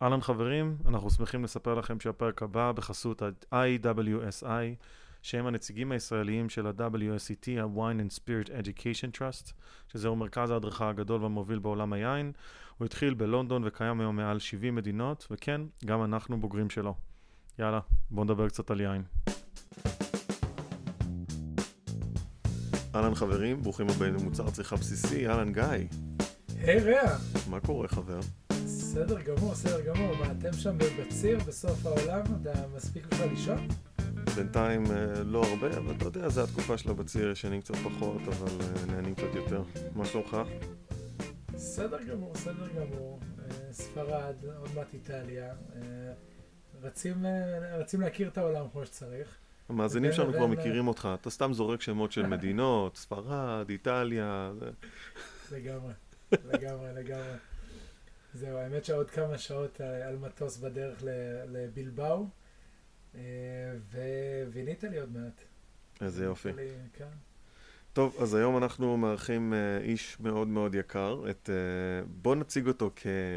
אהלן חברים, אנחנו שמחים לספר לכם שהפרק הבא בחסות ה-IWSI, שהם הנציגים הישראליים של ה-WSET, ה-Wine and Spirit Education Trust, שזהו מרכז ההדרכה הגדול והמוביל בעולם היין. הוא התחיל בלונדון וקיים היום מעל 70 מדינות, וכן, גם אנחנו בוגרים שלו. יאללה, בואו נדבר קצת על יין. אהלן חברים, ברוכים הבאים למוצר צריכה בסיסי, אהלן גיא. היי רע. מה קורה חבר? בסדר גמור. מה, אתם שם בציר בסוף העולם? אתה מספיק לך לישון? בינתיים לא הרבה, אבל אתה יודע, זו התקופה שלה בציר, ישנים קצת פחות, אבל נהנים קצת יותר. מה שלומך? בסדר גמור. ספרד, עוד מעט איטליה. רצים להכיר את העולם כמו שצריך. המאזינים שלנו כבר מכירים אותך, אתה סתם זורק שמות של מדינות, ספרד, איטליה. לגמרי. זהו, האמת שעוד כמה שעות על מטוס בדרך לבילבאו, ווינית לי עוד מעט. איזה יופי. כן. טוב, אז היום אנחנו מארחים איש מאוד מאוד יקר, בוא נציג אותו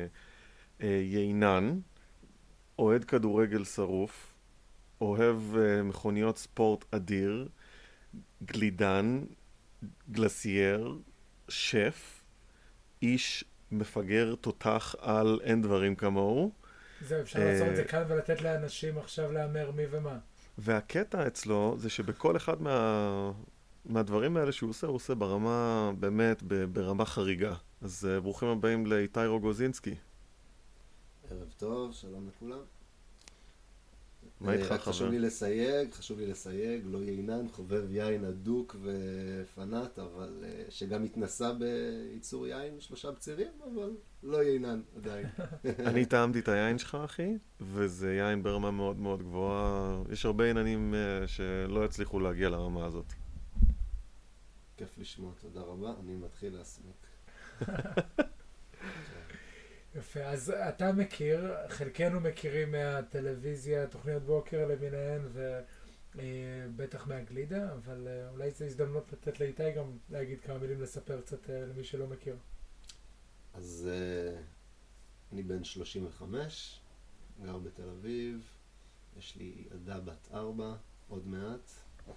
כיינן, אוהד כדורגל שרוף, אוהב מכוניות ספורט אדיר, גלידן, גלסייר, שף, איש מפגר תותח על אין דברים כמוהו. זהו, אפשר לעשות את זה כאן ולתת לאנשים עכשיו לאמר מי ומה. והקטע אצלו זה שבכל אחד מהדברים האלה שהוא עושה, הוא עושה ברמה, באמת, ברמה חריגה. אז ברוכים הבאים לאיתי רוגוזינסקי. ערב טוב, שלום לכולם. מה איתך חבר? חשוב לי לסייג, לא יינן, חובב יין אדוק ופנאט, אבל שגם התנסה בייצור יין 3 בצירים, אבל לא יינן עדיין. אני טעמתי את היין שלך, אחי, וזה יין ברמה מאוד מאוד גבוהה. יש הרבה עיננים שלא יצליחו להגיע לרמה הזאת. כיף לשמוע, תודה רבה, אני מתחיל להסמיק. יפה, אז אתה מכיר, חלקנו מכירים מהטלוויזיה, תוכניות בוקר למיניהן, ובטח מהגלידה, אבל אולי זו הזדמנות לתת לאיתי גם להגיד כמה מילים, לספר קצת למי שלא מכיר. אז אני בן 35, גר בתל אביב, יש לי ילדה בת 4, עוד מעט,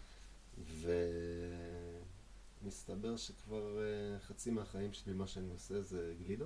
ומסתבר שכבר חצי מהחיים שלי מה שאני עושה זה גלידות.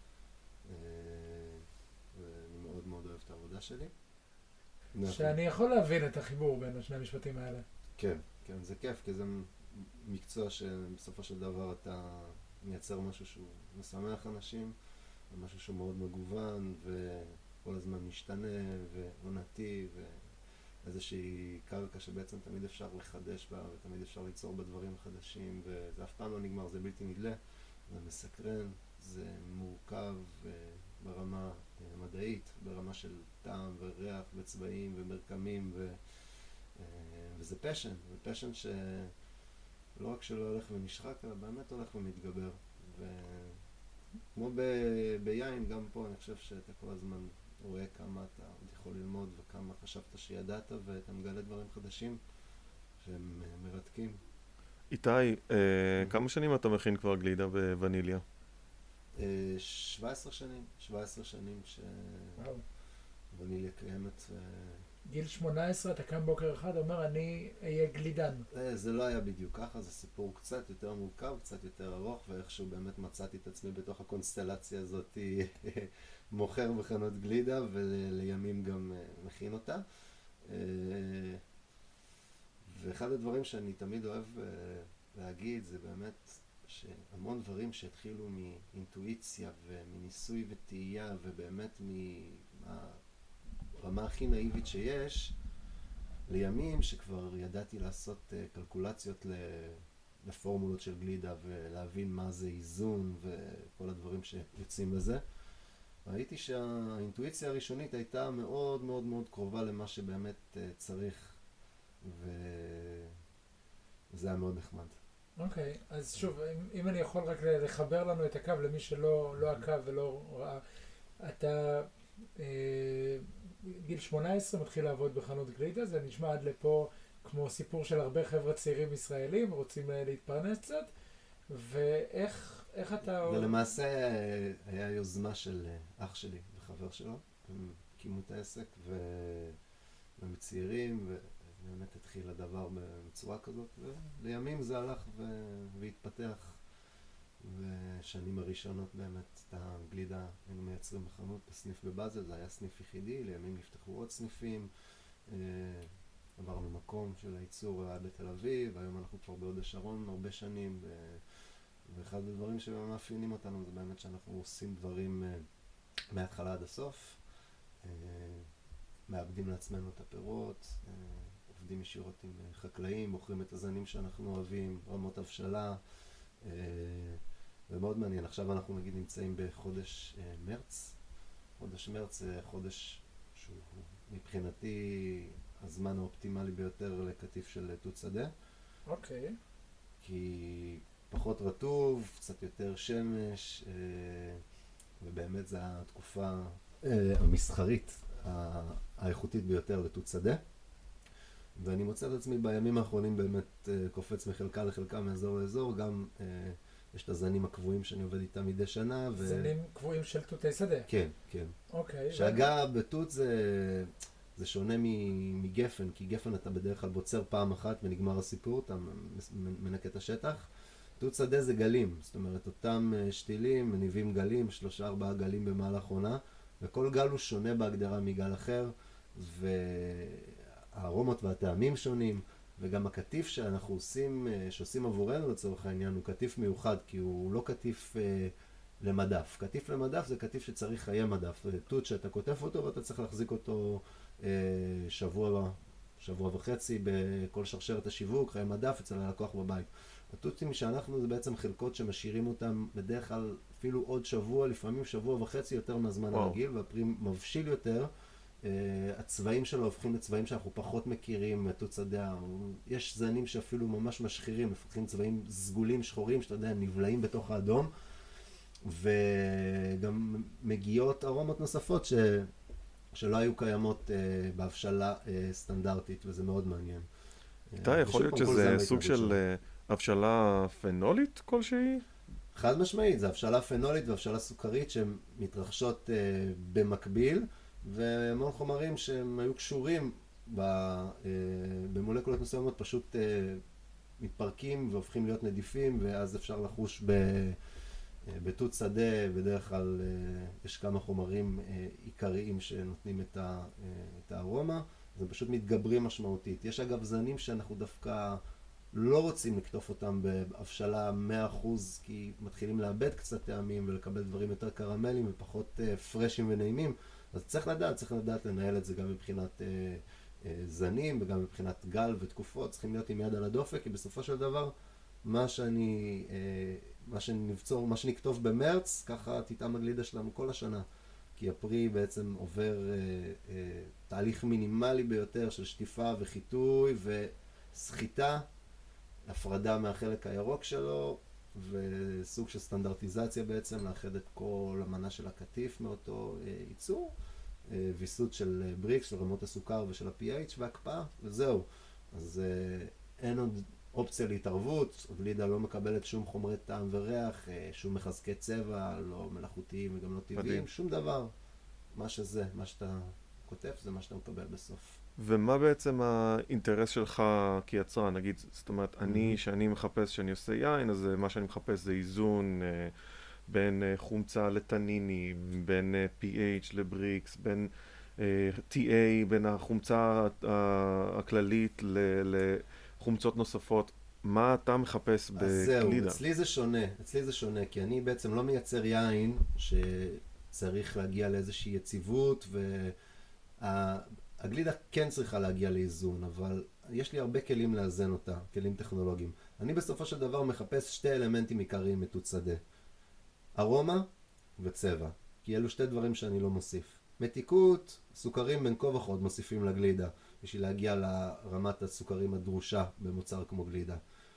ואני מאוד מאוד אוהב את העבודה שלי. שאני יכול להבין את החיבור בין השני המשפטים האלה. כן, זה כיף, כי זה מקצוע שבסופו של דבר אתה מייצר משהו שהוא משמח אנשים, ומשהו שהוא מאוד מגוון, וכל הזמן משתנה, ועונתי, ואיזושהי קרקע שבעצם תמיד אפשר לחדש בה, ותמיד אפשר ליצור בדברים חדשים, וזה אף פעם לא נגמר, זה בלתי נדלה, זה מסקרן. זה מורכב ברמה מדעית, ברמה של טעם וריח וצבעים ומרקמים, וזה פשן שלא רק שלא הולך ונשחק, אלא באמת הולך ומתגבר. וכמו ביין, גם פה אני חושב שאתה כל הזמן רואה כמה אתה עוד יכול ללמוד וכמה חשבת שידעת, ואתה מגלה דברים חדשים שהם מרתקים. איתי, כמה שנים אתה מכין כבר גלידה בווניליה? 17 שנים שווניליה קיימת. גיל 18 אתה קם בוקר אחד, אומר אני אהיה גלידן. זה לא היה בדיוק ככה, זה סיפור קצת יותר מורכב, קצת יותר ארוך, ואיכשהו באמת מצאתי את עצמי בתוך הקונסטלציה הזאת מוכר בחנות גלידה, ולימים גם מכין אותה. ואחד הדברים שאני תמיד אוהב להגיד זה באמת שהמון דברים שהתחילו מאינטואיציה ומניסוי וטעייה ובאמת מהרמה הכי נאיבית שיש, לימים שכבר ידעתי לעשות קלקולציות לפורמולות של גלידה ולהבין מה זה איזון וכל הדברים שיוצאים לזה. ראיתי שהאינטואיציה הראשונית הייתה מאוד מאוד מאוד קרובה למה שבאמת צריך, וזה היה מאוד נחמד. אוקיי, אז שוב, אם אני יכול רק לחבר לנו את הקו למי שלא עקב ולא ראה, אתה גיל 18 מתחיל לעבוד בחנות גלידה, זה נשמע עד לפה כמו סיפור של הרבה חבר'ה צעירים ישראלים, רוצים להתפרנס קצת, ואיך אתה... זה למעשה היה יוזמה של אח שלי וחבר שלו, הם הקימו את העסק והם צעירים, ובאמת התחיל הדבר בצורה כזאת, ולימים זה הלך והתפתח. ושנים הראשונות באמת את הגלידה היינו מייצרים בחנות בסניף בבאזל, זה היה סניף יחידי, לימים נפתחו עוד סניפים, עברנו מקום של הייצור היה בתל אביב, היום אנחנו כבר בהוד השרון הרבה שנים, ואחד הדברים שמאפיינים אותנו זה באמת שאנחנו עושים דברים מההתחלה עד הסוף, מאבדים לעצמנו את הפירות, עובדים ישירות עם חקלאים, בוחרים את הזנים שאנחנו אוהבים, רמות הבשלה, ומאוד מעניין. עכשיו אנחנו נגיד נמצאים בחודש מרץ. חודש מרץ זה חודש שהוא מבחינתי הזמן האופטימלי ביותר לקטיף של תות שדה. אוקיי. כי פחות רטוב, קצת יותר שמש, ובאמת זו התקופה המסחרית האיכותית ביותר לתות שדה. ואני מוצא את עצמי בימים האחרונים באמת קופץ מחלקה לחלקה מאזור לאזור, גם יש את הזנים הקבועים שאני עובד איתם מדי שנה. זנים קבועים של תותי שדה? כן, כן. אוקיי. שאגב, בתות זה שונה מגפן, כי גפן אתה בדרך כלל בוצר פעם אחת ונגמר הסיפור, אתה מנקה את השטח. תות שדה זה גלים, זאת אומרת, אותם שתילים מניבים גלים, 3-4 גלים במהלך עונה, וכל גל הוא שונה בהגדרה מגל אחר, והארומות והטעמים שונים, וגם הקטיף שאנחנו עושים, שעושים עבורנו לצורך העניין, הוא קטיף מיוחד, כי הוא לא קטיף למדף. קטיף למדף זה קטיף שצריך חיי מדף. זה תות שאתה כותף אותו ואתה צריך להחזיק אותו שבוע וחצי בכל שרשרת השיווק, חיי מדף אצל הלקוח בבית. התותים שאנחנו זה בעצם חלקות שמשאירים אותם בדרך כלל אפילו עוד שבוע, לפעמים שבוע וחצי יותר מהזמן הרגיל, והפרי מבשיל יותר. הצבעים שלו הופכים לצבעים שאנחנו פחות מכירים, תות שדה. יש זנים שאפילו ממש משחירים, מפתחים צבעים סגולים, שחורים, שאתה יודע, נבלעים בתוך האדום. וגם מגיעות ארומות נוספות שלא היו קיימות בהבשלה סטנדרטית, וזה מאוד מעניין. איתי, יכול להיות שזה סוג של הבשלה פנולית כלשהי? חד משמעית, זה הבשלה פנולית והבשלה סוכרית שהן מתרחשות במקביל, והמון חומרים שהם היו קשורים במולקולות מסוימות פשוט מתפרקים והופכים להיות נדיפים, ואז אפשר לחוש בתות שדה. בדרך כלל יש כמה חומרים עיקריים שנותנים את הארומה, זה פשוט מתגברים משמעותית. יש אגב זנים שאנחנו דווקא לא רוצים לקטוף אותם בהבשלה 100%, כי מתחילים לאבד קצת טעמים ולקבל דברים יותר קרמליים ופחות פרשים ונעימים. אז צריך לדעת לנהל את זה גם מבחינת זנים וגם מבחינת גל ותקופות. צריכים להיות עם יד על הדופק, כי בסופו של דבר מה שנכתוב במרץ, ככה תטעם הגלידה שלנו כל השנה. כי הפרי בעצם עובר תהליך מינימלי ביותר של שטיפה וחיטוי וסחיטה, הפרדה מהחלק הירוק שלו, וסוג של סטנדרטיזציה בעצם, לאחד את כל המנה של הקטיף מאותו ייצור, ויסות של בריקס, של רמות הסוכר ושל ה-pH והקפאה, וזהו. אז אין עוד אופציה להתערבות, הגלידה לא מקבלת שום חומרי טעם וריח, שום מחזקי צבע, לא מלאכותיים וגם לא טבעיים, שום דבר. מה שאתה כותב זה מה שאתה מקבל בסוף. ומה בעצם האינטרס שלך כיצרן? נגיד, זאת אומרת, שאני מחפש, שאני עושה יין, אז מה שאני מחפש זה איזון בין חומצה לטנינים, בין pH לבריקס, בין TA, בין החומצה הכללית לחומצות נוספות. מה אתה מחפש בגלידה? אז זהו, אצלי זה שונה, כי אני בעצם לא מייצר יין שצריך להגיע לאיזושהי יציבות, הגלידה כן צריכה להגיע לאיזון, אבל יש לי הרבה כלים לאזן אותה, כלים טכנולוגיים. אני בסופו של דבר מחפש שתי אלמנטים עיקריים מתות שדה. ארומה וצבע, כי אלו שתי דברים שאני לא מוסיף. מתיקות, סוכרים בין כה וכה מוסיפים לגלידה, בשביל להגיע לרמת הסוכרים הדרושה במוצר כמו גלידה.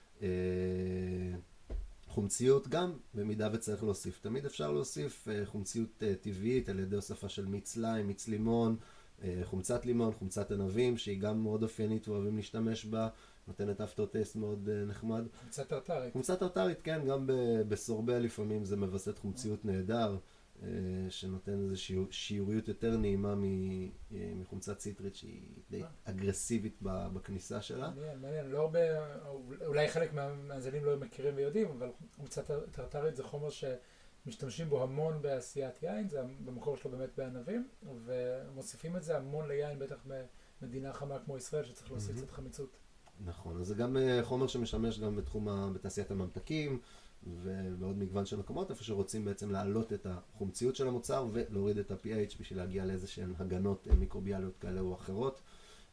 חומציות גם, במידה וצריך להוסיף. תמיד אפשר להוסיף חומציות טבעית על ידי הוספה של מיץ ליים, מיץ לימון, חומצת לימון, חומצת ענבים, שהיא גם מאוד אופיינית ואוהבים להשתמש בה, נותנת אפטר טייסט מאוד נחמד. חומצת טרטרית. חומצת טרטרית, כן, גם בסורבה לפעמים זה מבסט חומציות נהדר. שנותן איזו שיעוריות יותר נעימה מחומצת ציטרית שהיא די אגרסיבית בכניסה שלה. מעניין, לא הרבה, אולי חלק מהמאזינים לא מכירים ויודעים, אבל חומצת טרטרית זה חומר שמשתמשים בו המון בעשיית יין, זה במקור שלו באמת בענבים, ומוסיפים את זה המון ליין, בטח במדינה חמה כמו ישראל, שצריך להוסיף קצת חמיצות. נכון, אז זה גם חומר שמשמש גם בתעשיית הממתקים, ובעוד מגוון של מקומות, איפה שרוצים בעצם להעלות את החומציות של המוצר ולהוריד את ה-pH בשביל להגיע לאיזשהן הגנות מיקרוביאליות כאלה או אחרות.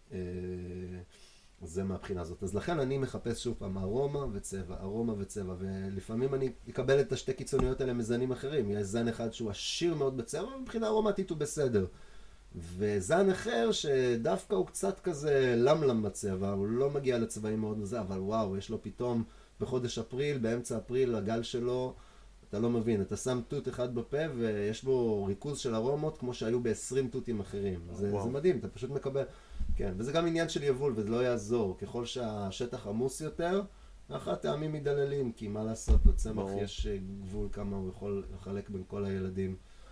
זה מהבחינה הזאת. אז לכן אני מחפש שוב פעם ארומה וצבע, ולפעמים אני אקבל את השתי קיצוניות האלה מזנים אחרים. יש זן אחד שהוא עשיר מאוד בצבע, מבחינה ארומטית הוא בסדר. וזן אחר שדווקא הוא קצת כזה למלם בצבע, הוא לא מגיע לצבעים מאוד מזה, אבל וואו, יש לו פתאום בחודש אפריל, באמצע אפריל, הגל שלו, אתה לא מבין, אתה שם תות אחד בפה ויש בו ריכוז של ארומות כמו שהיו ב-20 תותים אחרים. זה מדהים, אתה פשוט מקבל, כן, וזה גם עניין של יבול וזה לא יעזור, ככל שהשטח עמוס יותר, ככה הטעמים מדללים, כי מה לעשות, לצמח יש גבול כמה הוא יכול לחלק בין כל הילדים.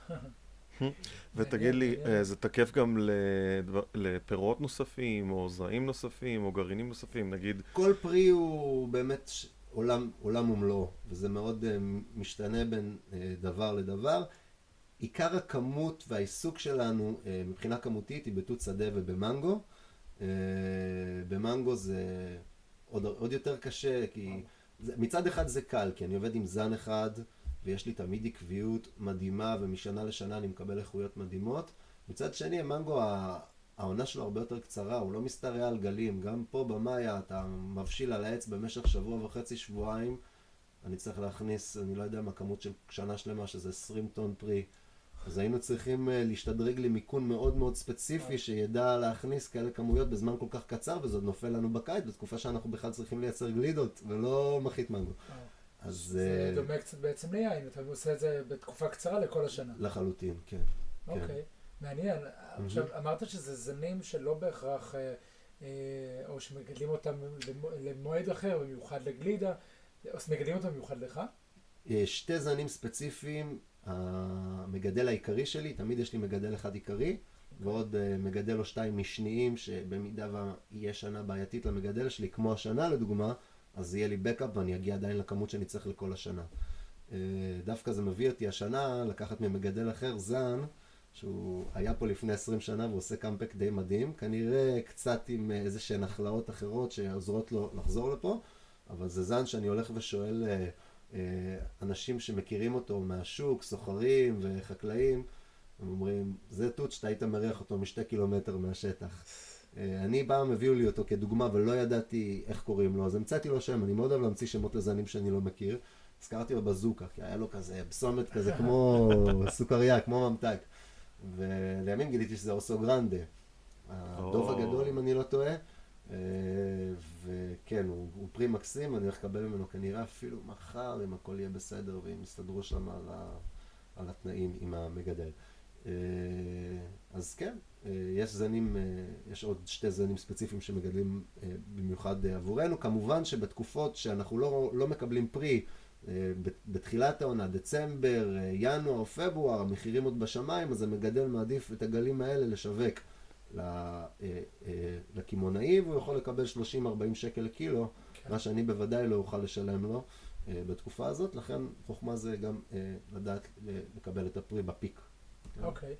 ותגיד לי, זה תקף גם לפירות נוספים, או זרעים נוספים, או גרעינים נוספים, נגיד? כל פרי הוא באמת עולם ומלואו, וזה מאוד משתנה בין דבר לדבר. עיקר הכמות והעיסוק שלנו מבחינה כמותית היא בתות שדה ובמנגו. במנגו זה עוד יותר קשה, כי מצד אחד זה קל, כי אני עובד עם זן אחד, ויש לי תמיד עקביות מדהימה, ומשנה לשנה אני מקבל איכויות מדהימות. מצד שני, המנגו, העונה שלו הרבה יותר קצרה, הוא לא מסתרע על גלים. גם פה במאיה אתה מבשיל על העץ במשך שבוע וחצי, שבועיים. אני צריך להכניס, אני לא יודע מה, כמות של שנה שלמה, שזה 20 טון פרי. אז היינו צריכים להשתדרג למיקון מאוד מאוד ספציפי, שידע להכניס כאלה כמויות בזמן כל כך קצר, וזה נופל לנו בקיץ, בתקופה שאנחנו בכלל צריכים לייצר גלידות, ולא מחית מנגו. זה דומה קצת בעצם ליין, אתה עושה את זה בתקופה קצרה לכל השנה. לחלוטין, כן. אוקיי, מעניין. עכשיו, אמרת שזה זנים שלא בהכרח, או שמגדלים אותם למועד אחר, במיוחד לגלידה, או שמגדלים אותם במיוחד לך? שתי זנים ספציפיים, המגדל העיקרי שלי, תמיד יש לי מגדל אחד עיקרי, ועוד מגדל או שתיים משניים, שבמידה ויהיה שנה בעייתית למגדל שלי, כמו השנה לדוגמה, אז יהיה לי בקאפ ואני אגיע עדיין לכמות שאני צריך לכל השנה. דווקא זה מביא אותי השנה לקחת ממגדל אחר זן, שהוא היה פה לפני 20 שנה והוא עושה קאמפק די מדהים, כנראה קצת עם איזה שהן החלאות אחרות שעוזרות לו לחזור לפה, אבל זה זן שאני הולך ושואל אנשים שמכירים אותו מהשוק, סוחרים וחקלאים, הם אומרים, זה תות שאתה היית מריח אותו מ2 קילומטר מהשטח. אני פעם הביאו לי אותו כדוגמה ולא ידעתי איך קוראים לו, אז המצאתי לו שם, אני מאוד אוהב להמציא שמות לזנים שאני לא מכיר. אז קראתי לו בזוקה, כי היה לו כזה פסומת כזה כמו סוכריה, כמו ממתק. ולימים גיליתי שזה אוסו גרנדה, הדוב הגדול אם אני לא טועה. וכן, הוא פרי מקסים, אני הולך לקבל ממנו כנראה אפילו מחר, אם הכל יהיה בסדר ואם יסתדרו שם על התנאים עם המגדל. אז כן, יש זנים, יש עוד שתי זנים ספציפיים שמגדלים במיוחד עבורנו. כמובן שבתקופות שאנחנו לא מקבלים פרי, בתחילת העונה, דצמבר, ינואר, פברואר, המחירים עוד בשמיים, אז המגדל מעדיף את הגלים האלה לשווק לקמעונאי, והוא יכול לקבל 30-40 שקל לקילו, מה שאני בוודאי לא אוכל לשלם לו בתקופה הזאת, לכן חוכמה זה גם לדעת לקבל את הפרי בפיק. אוקיי,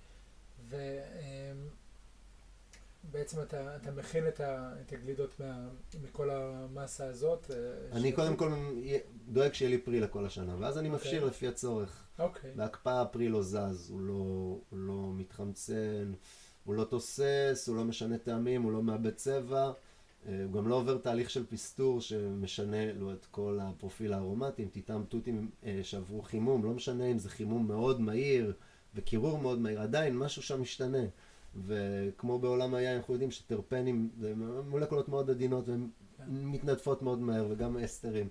ובעצם אתה מכין את הגלידות מכל המסה הזאת? אני קודם כל דואג שיהיה לי פרי לכל השנה, ואז אני מפשיר לפי הצורך. בהקפאה הפרי לא זז, הוא לא מתחמצן, הוא לא תוסס, הוא לא משנה טעמים, הוא לא מאבד צבע, הוא גם לא עובר תהליך של פסטור שמשנה לו את כל הפרופיל הארומטי. אם תטעם תותים שעברו חימום, לא משנה אם זה חימום מאוד מהיר וקירור מאוד מהיר, עדיין משהו שם משתנה. וכמו בעולם היין אנחנו יודעים שטרפנים זה מולקולות מאוד עדינות והן מתנדפות מאוד מהר, וגם אסטרים.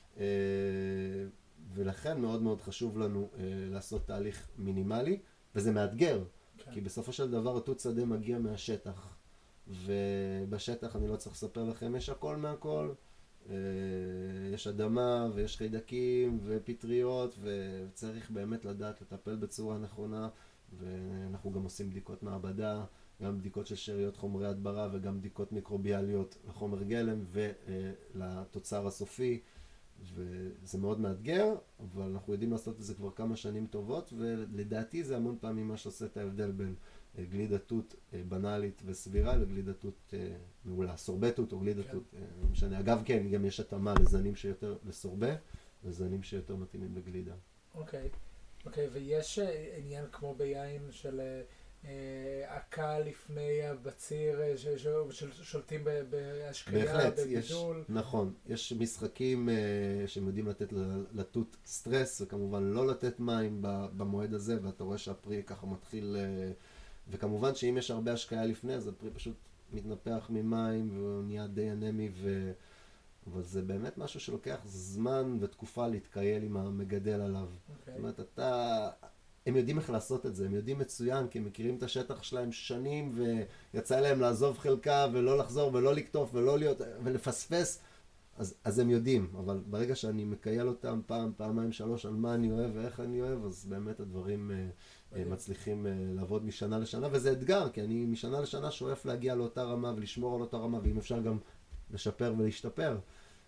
ולכן מאוד מאוד חשוב לנו לעשות תהליך מינימלי, וזה מאתגר. כי בסופו של דבר התות שדה מגיע מהשטח, ובשטח אני לא צריך לספר לכם, יש הכל מהכל, יש אדמה ויש חיידקים ופטריות, וצריך באמת לדעת לטפל בצורה נכונה, ואנחנו גם עושים בדיקות מעבדה, גם בדיקות של שאריות חומרי הדברה וגם בדיקות מיקרוביאליות לחומר גלם ולתוצר הסופי, וזה מאוד מאתגר, אבל אנחנו יודעים לעשות את זה כבר כמה שנים טובות, ולדעתי זה המון פעמים מה שעושה את ההבדל בין גלידת תות בנאלית וסבירה לגלידת תות מעולה, סורבטות או גלידת תות, לא משנה. אגב כן, גם יש התאמה לזנים שיותר לסורבה, וזנים שיותר מתאימים לגלידה. אוקיי, ויש עניין כמו ביין של עקה לפני הבציר, ששולטים בהשקיה, בגידול. נכון, יש משחקים שהם יודעים לתת לתות סטרס, וכמובן לא לתת מים במועד הזה, ואתה רואה שהפרי ככה מתחיל, וכמובן שאם יש הרבה השקיה לפני, אז הפרי פשוט מתנפח ממים, והוא נהיה די אנמי, אבל זה באמת משהו שלוקח זמן ותקופה להתקייל עם המגדל עליו. זאת אומרת, הם יודעים איך לעשות את זה, הם יודעים מצוין, כי הם מכירים את השטח שלהם שנים, ויצא להם לעזוב חלקה, ולא לחזור, ולא לקטוף, ולא להיות, ולפספס, אז הם יודעים. אבל ברגע שאני מקייל אותם פעם, פעמיים, שלוש, על מה אני אוהב ואיך אני אוהב, אז באמת הדברים מצליחים לעבוד משנה לשנה, וזה אתגר, כי אני משנה לשנה שואף להגיע לאותה רמה, ולשמור על אותה רמה, ואם אפשר גם לשפר ולהשתפר.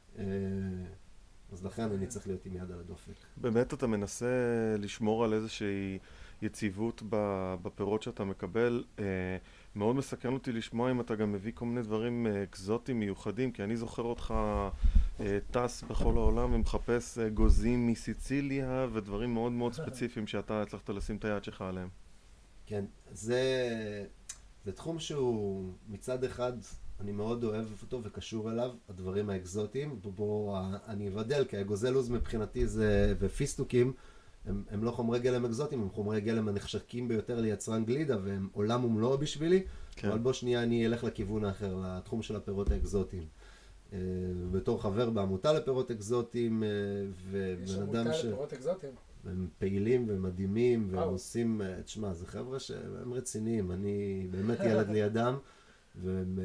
אז לכן אני צריך להיות עם יד על הדופק. באמת אתה מנסה לשמור על איזושהי יציבות בפירות שאתה מקבל. מאוד מסקרן אותי לשמוע אם אתה גם מביא כל מיני דברים אקזוטיים מיוחדים, כי אני זוכר אותך טס בכל העולם ומחפש גוזים מסיציליה ודברים מאוד מאוד ספציפיים שאתה הצלחת לשים את היד שלך עליהם. כן, זה תחום שהוא מצד אחד אני מאוד אוהב אותו וקשור אליו, הדברים האקזוטיים, בו אני אבדל, כי הגוזלוז מבחינתי זה, ופיסטוקים, הם לא חומרי גלם אקזוטיים, הם חומרי גלם הנחשקים ביותר ליצרן גלידה, והם עולם ומלואו בשבילי, כן. אבל בוא שנייה אני אלך לכיוון האחר, לתחום של הפירות האקזוטיים. בתור חבר בעמותה לפירות אקזוטיים, יש עמותה לפירות אקזוטיים? הם פעילים ומדהימים, והם עושים, תשמע, זה חבר'ה שהם רציניים, אני באמת ילד לידם, והם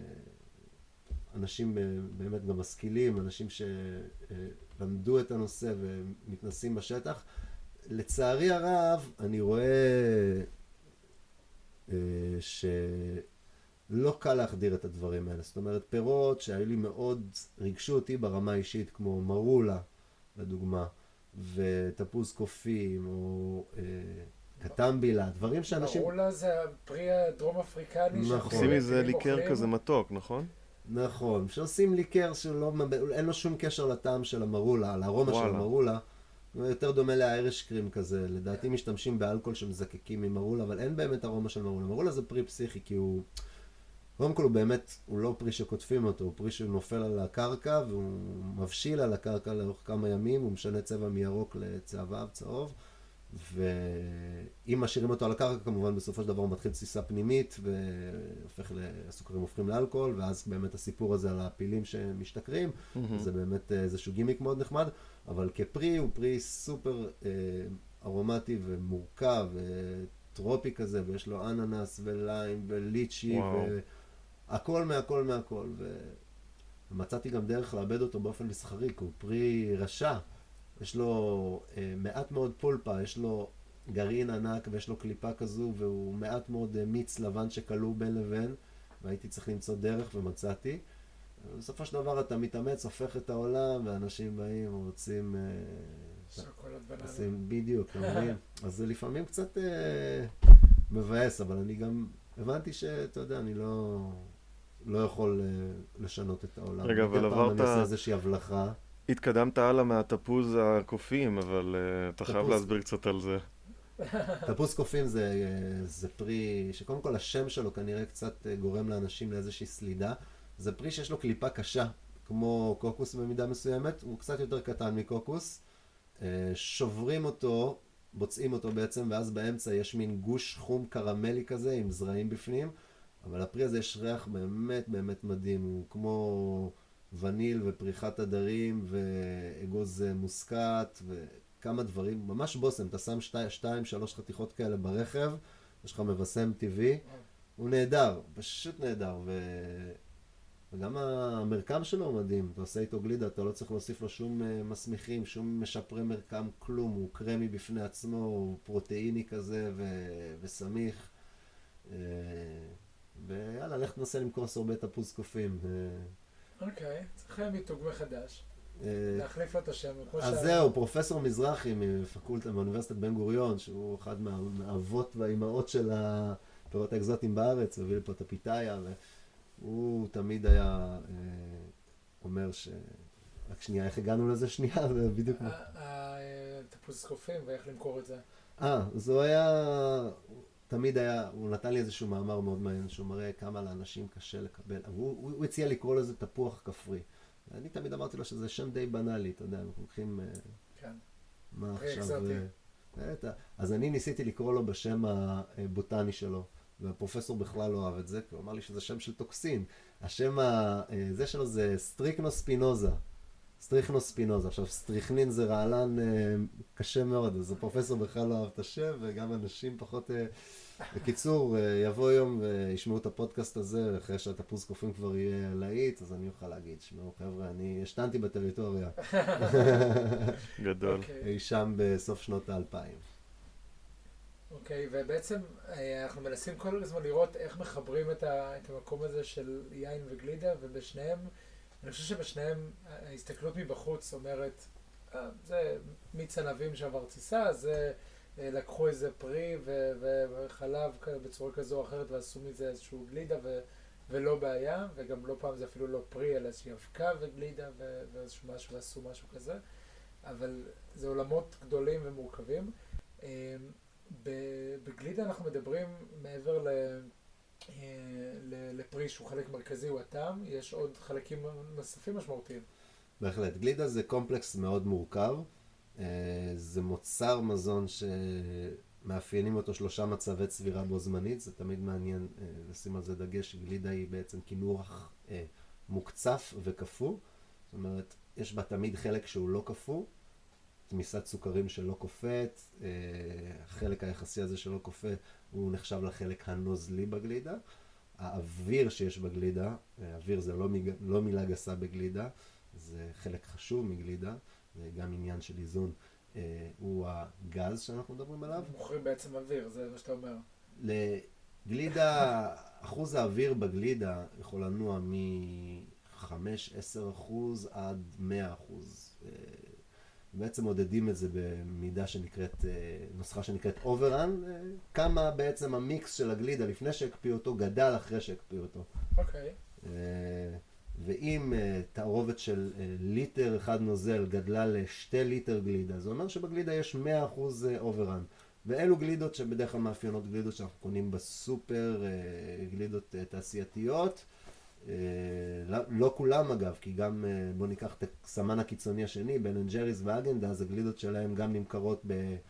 אנשים באמת גם משכילים, אנשים שלמדו את הנושא ומתנסים בשטח. לצערי הרב, אני רואה שלא קל להחדיר את הדברים האלה. זאת אומרת, פירות שהיו לי מאוד ריגשו אותי ברמה אישית, כמו מרולה, לדוגמה, ותפוז קופים, או קטמבילה, דברים שאנשים... מרולה זה הפרי הדרום אפריקני. נכון. עושים מזה ליקר כזה מתוק, נכון? נכון, שעושים ליקר אין לו שום קשר לטעם של המרולה, לארומה של המרולה. הוא יותר דומה לאיירש קרים כזה, לדעתי משתמשים באלכוהול שמזקקים ממרולה, אבל אין באמת ארומה של מרולה. מרולה זה פרי פסיכי, כי הוא... קודם כל הוא באמת, הוא לא פרי שקוטפים אותו, הוא פרי שנופל על הקרקע, והוא מבשיל על הקרקע לאורך כמה ימים, הוא משנה צבע מירוק לצהבהב, צהוב, ואם משאירים אותו על הקרקע, כמובן בסופו של דבר הוא מתחיל תסיסה פנימית, והסוכרים הופכים לאלכוהול, ואז באמת הסיפור הזה על הפילים שמשתכרים, זה באמת איזשהו גימיק מאוד נחמד, אבל כפרי הוא פרי סופר ארומטי ומורכב, טרופי כזה, ויש לו אננס וליים וליצ'י, והכל מהכל מהכל, ומצאתי גם דרך לאבד אותו באופן מסחרי, כי הוא פרי רשע, יש לו מעט מאוד פולפה, יש לו גרעין ענק ויש לו קליפה כזו, והוא מעט מאוד מיץ לבן שקלו בין לבין, והייתי צריך למצוא דרך ומצאתי. בסופו של דבר אתה מתאמץ, הופך את העולם, ואנשים באים ורוצים... שוקולד בננה. בדיוק, מבין? אז זה לפעמים קצת מבאס, אבל אני גם הבנתי שאתה יודע, אני לא יכול לשנות את העולם. רגע, אבל עברת... אני עושה איזושהי הבלחה. התקדמת הלאה מהתפוז הקופים, אבל אתה חייב להסביר קצת על זה. תפוז קופים זה פרי שקודם כל השם שלו כנראה קצת גורם לאנשים לאיזושהי סלידה. זה פרי שיש לו קליפה קשה, כמו קוקוס במידה מסוימת, הוא קצת יותר קטן מקוקוס. שוברים אותו, בוצעים אותו בעצם, ואז באמצע יש מין גוש חום קרמלי כזה עם זרעים בפנים, אבל הפרי הזה יש ריח באמת באמת מדהים, הוא כמו וניל ופריחת הדרים ואגוז מוסקט וכמה דברים, ממש בוסם, אתה שם 2-3 חתיכות כאלה ברכב, יש לך מבשם טבעי, הוא נהדר, פשוט נהדר, וגם המרקם שלו מדהים, אתה עושה איתו גלידה, אתה לא צריך להוסיף לו שום מסמיכים, שום משפרי מרקם, כלום, הוא קרמי בפני עצמו, הוא פרוטאיני כזה וסמיך. ויאללה, לך תנסה למכור סורבי תפוז קופים. אוקיי, צריך מיתוג מחדש. להחליף לו את השם. אז זהו, פרופסור מזרחי מפקולטה מאוניברסיטת בן גוריון, שהוא אחד מהאבות והאימהות של הפירות האקזוטיים בארץ, הביא לפה את הפיתאיה, והוא תמיד היה אומר ש... רק שנייה, איך הגענו לזה שנייה? בדיוק... תפוז קופים ואיך למכור את זה. אז הוא היה... תמיד היה, הוא נתן לי איזשהו מאמר מאוד מעניין, שהוא מראה כמה לאנשים קשה לקבל. הוא הציע לקרוא לזה תפוח כפרי. אני תמיד אמרתי לו שזה שם די בנאלי, אתה יודע, אנחנו לוקחים... כן. מה עכשיו... אז אני ניסיתי לקרוא לו בשם הבוטני שלו, והפרופסור בכלל לא אוהב את זה, כי הוא אמר לי שזה שם של טוקסין. השם הזה שלו זה סטריקנוספינוזה. סטריכנוספינוזה. עכשיו, סטריכנין זה רעלן קשה מאוד, אז הפרופסור בכלל לא אוהב את השם, וגם אנשים פחות... בקיצור, יבוא יום וישמעו את הפודקאסט הזה, אחרי שהתפוז קופים כבר יהיה להיט, אז אני אוכל להגיד, שמעו חבר'ה, אני השתנתי בטריטוריה. גדול. אי שם בסוף שנות ה-2000. אוקיי, ובעצם אנחנו מנסים כל הזמן לראות איך מחברים את המקום הזה של יין וגלידה, ובשניהם, אני חושב שבשניהם ההסתכלות מבחוץ אומרת, זה מיץ ענבים שעבר טיסה, זה... לקחו איזה פרי וחלב בצורה כזו או אחרת ועשו מזה איזשהו גלידה ולא בעיה, וגם לא פעם זה אפילו לא פרי אלא איזושהי אבקה וגלידה ואיזשהו משהו ועשו משהו כזה, אבל זה עולמות גדולים ומורכבים. בגלידה אנחנו מדברים מעבר לפרי שהוא חלק מרכזי, הוא הטעם, יש עוד חלקים נוספים משמעותיים. בהחלט, גלידה זה קומפלקס מאוד מורכב. זה מוצר מזון שמאפיינים אותו 3 מצבי צבירה בו זמנית, זה תמיד מעניין לשים על זה דגש, גלידה היא בעצם קינוח מוקצף וקפוא, זאת אומרת, יש בה תמיד חלק שהוא לא קפוא, תמיסת סוכרים שלא קופאת, החלק היחסי הזה שלא קופא הוא נחשב לחלק הנוזלי בגלידה, האוויר שיש בגלידה, אוויר זה לא מילה גסה בגלידה, זה חלק חשוב מגלידה, זה גם עניין של איזון, הוא הגז שאנחנו מדברים עליו. מוכרים בעצם אוויר, זה מה שאתה אומר. לגלידה, אחוז האוויר בגלידה יכול לנוע מ-5-10% עד 100%. בעצם מודדים את זה במידה שנקראת, נוסחה שנקראת אוברן, כמה בעצם המיקס של הגלידה לפני שהקפיאו אותו גדל אחרי שהקפיאו אותו. אוקיי. ואם תערובת של ליטר אחד נוזל גדלה ל2 ליטר גלידה, זה אומר שבגלידה יש 100% אוברן. ואלו גלידות שבדרך כלל מאפיינות גלידות שאנחנו קונים בסופר, גלידות תעשייתיות. לא כולם אגב, כי גם בוא ניקח את הסמן הקיצוני השני, בן אנד ג'ריס והאגנדאז, הגלידות שלהם גם נמכרות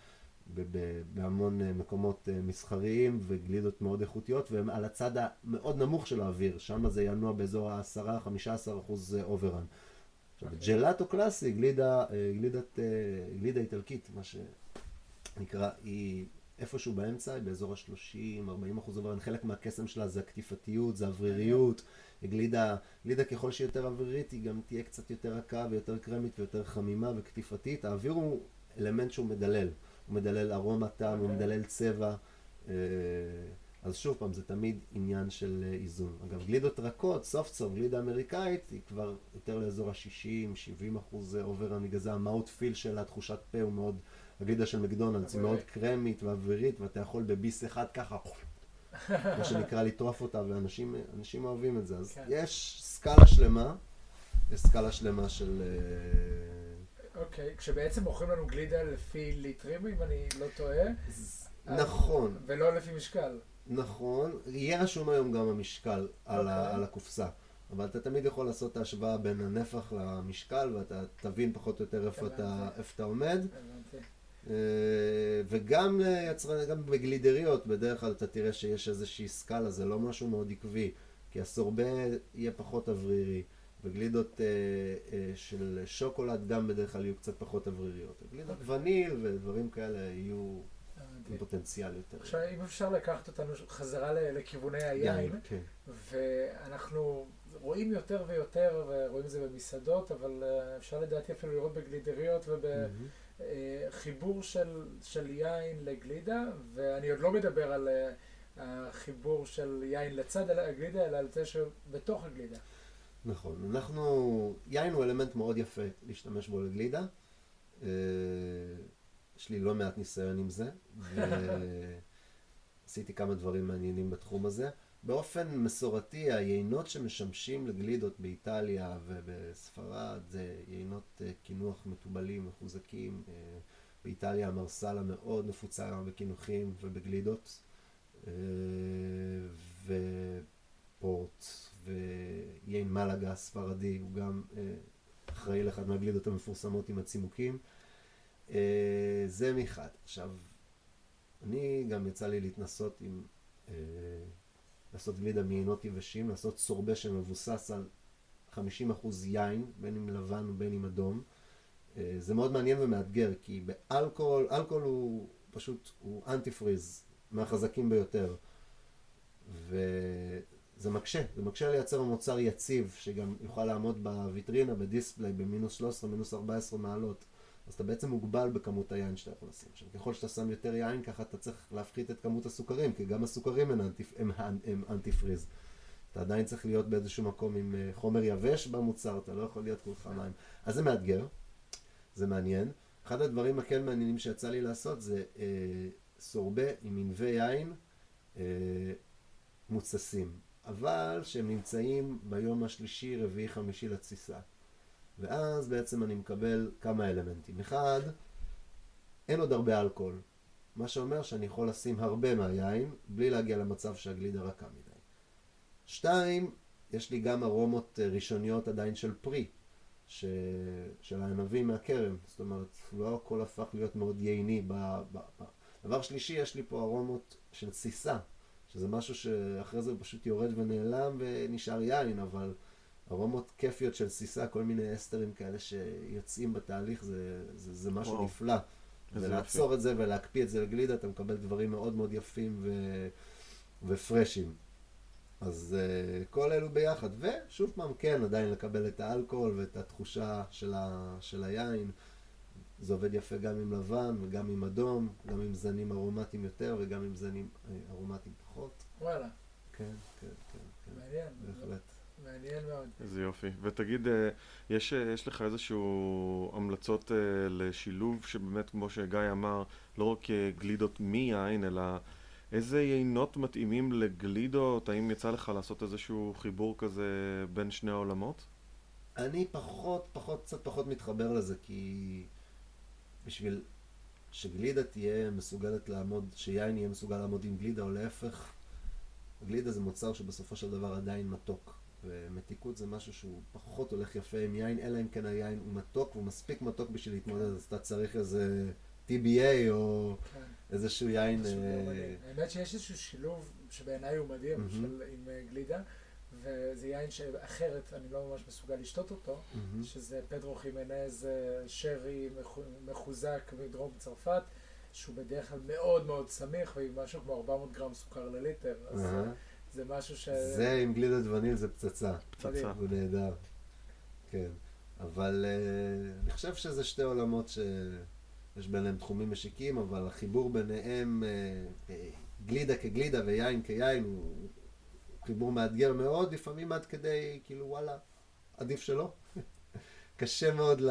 בהמון מקומות מסחריים וגלידות מאוד איכותיות, והם על הצד המאוד נמוך של האוויר, שם זה ינוע באזור ה-10-15% אוברן. עכשיו, ג'לאטו קלאסי, גלידה איטלקית, מה שנקרא, היא איפשהו באמצע, היא באזור ה-30-40% אוברן, חלק מהקסם שלה זה הקטיפתיות, זה אווריריות, גלידה ככל שהיא יותר אוורירית, היא גם תהיה קצת יותר רכה ויותר קרמית ויותר חמימה וקטיפתית, האוויר הוא אלמנט שהוא מדלל. הוא מדלל ארומה טעם, הוא מדלל צבע, אז שוב פעם, זה תמיד עניין של איזון. אגב, גלידות רכות, סופט סוף, גלידה אמריקאית, היא כבר יותר לאזור ה-60-70% אוברן, בגלל זה המאוט פיל שלה, תחושת פה הוא מאוד, הגלידה של מקדונלדס היא מאוד קרמית ואווירית, ואתה יכול בביס אחד ככה, מה שנקרא לטרוף אותה, ואנשים אוהבים את זה. אז יש סקאלה שלמה של... אוקיי, כשבעצם מוכרים לנו גלידה לפי ליטרים, אם אני לא טועה. נכון. ולא לפי משקל. נכון. יהיה רשום היום גם המשקל על הקופסה. אבל אתה תמיד יכול לעשות את ההשוואה בין הנפח למשקל, ואתה תבין פחות או יותר איפה אתה עומד. וגם גם בגלידריות, בדרך כלל אתה תראה שיש איזושהי סקאלה, זה לא משהו מאוד עקבי, כי הסורבה יהיה פחות אוורירי. וגלידות של שוקולד גם בדרך כלל יהיו קצת פחות אווריריות. גלידות וניל ודברים כאלה יהיו עם פוטנציאל יותר. עכשיו, אם אפשר לקחת אותנו חזרה לכיווני היין, ואנחנו רואים יותר ויותר, ורואים את זה במסעדות, אבל אפשר לדעתי אפילו לראות בגלידריות ובחיבור של יין לגלידה, ואני עוד לא מדבר על החיבור של יין לצד הגלידה, אלא על זה שבתוך הגלידה. נכון, יין הוא אלמנט מאוד יפה להשתמש בו לגלידה. יש לי לא מעט ניסיון עם זה, ועשיתי כמה דברים מעניינים בתחום הזה. באופן מסורתי, היינות שמשמשים לגלידות באיטליה ובספרד זה יינות קינוח מטובלים, מחוזקים. באיטליה המרסלה מאוד נפוצה בקינוחים ובגלידות. ופורט ויין מלאגה הספרדי הוא גם אחראי לאחד מהגלידות המפורסמות עם הצימוקים. זה מחד. עכשיו, אני גם יצא לי להתנסות עם לעשות גלידה מיינות יבשים, לעשות סורבה שמבוסס על 50% יין, בין אם לבן ובין אם אדום. זה מאוד מעניין ומאתגר, כי באלכוהול, אלכוהול הוא פשוט, הוא אנטי-פריז, מהחזקים ביותר. וזה מקשה לייצר מוצר יציב, שגם יוכל לעמוד בוויטרינה, בדיספליי, במינוס 13, מינוס 14 מעלות. אז אתה בעצם מוגבל בכמות היין שאתה יכול לשים. עכשיו, ככל שאתה שם יותר יין, ככה אתה צריך להפחית את כמות הסוכרים, כי גם הסוכרים הם אנטי-פריז. אתה עדיין צריך להיות באיזשהו מקום עם חומר יבש במוצר, אתה לא יכול להיות כולך מים. אז זה מאתגר, זה מעניין. אחד הדברים הכן מעניינים שיצא לי לעשות זה סורבה עם ענבי יין מוצסים, אבל שהם נמצאים ביום השלישי, רביעי, חמישי לתסיסה. ואז בעצם אני מקבל כמה אלמנטים. אחד, אין עוד הרבה אלכוהול. מה שאומר שאני יכול לשים הרבה מהיין, בלי להגיע למצב שהגלידה רכה מדי. 2, יש לי גם ארומות ראשוניות עדיין של פרי, של הענבים מהכרם. זאת אומרת, לא הכל הפך להיות מאוד ייני. דבר שלישי, יש לי פה ארומות של תסיסה, שזה משהו שאחרי זה הוא פשוט יורד ונעלם ונשאר יין, אבל ארומות כיפיות של תסיסה, כל מיני אסטרים כאלה שיוצאים בתהליך, זה משהו נפלא. ולעצור את זה ולהקפיא את זה לגלידה, אתה מקבל דברים מאוד מאוד יפים ופרשים. אז כל אלו ביחד. ושוב פעם, כן, עדיין לקבל את האלכוהול ואת התחושה של היין. זה עובד יפה גם עם לבן וגם עם אדום, גם עם זנים ארומטיים יותר וגם עם זנים ארומטיים פחות. וואלה. כן. מעניין. בהחלט. מעניין מאוד. איזה יופי. ותגיד, יש לך איזשהו המלצות לשילוב שבאמת, כמו שגיא אמר, לא רק גלידות מיין, אלא איזה יינות מתאימים לגלידות? האם יצא לך לעשות איזשהו חיבור כזה בין שני העולמות? אני קצת פחות מתחבר לזה, כי בשביל שגלידה תהיה מסוגלת לעמוד, שיין יהיה מסוגל לעמוד עם גלידה, או להפך, גלידה זה מוצר שבסופו של דבר עדיין מתוק. ומתיקות זה משהו שהוא פחות הולך יפה עם יין, אלא אם כן היין הוא מתוק, והוא מספיק מתוק בשביל להתמודד, אז אתה צריך איזה TBA או איזשהו יין. האמת שיש איזשהו שילוב שבעיניי הוא מדהים עם גלידה, וזה יין שאחרת אני לא ממש מסוגל לשתות אותו, שזה פדרו חימנז שרי מחוזק מדרום צרפת, שהוא בדרך כלל מאוד מאוד סמיך, ועם משהו כמו 400 גרם סוכר לליטר, אז זה משהו זה עם גלידת וניל זה פצצה. פצצה. הוא נהדר. כן. אבל אני חושב שזה שתי עולמות שיש ביניהם תחומים משיקים, אבל החיבור ביניהם, גלידה כגלידה ויין כיין, הוא חיבור מאתגר מאוד, לפעמים עד כדי, כאילו וואלה, עדיף שלא. קשה מאוד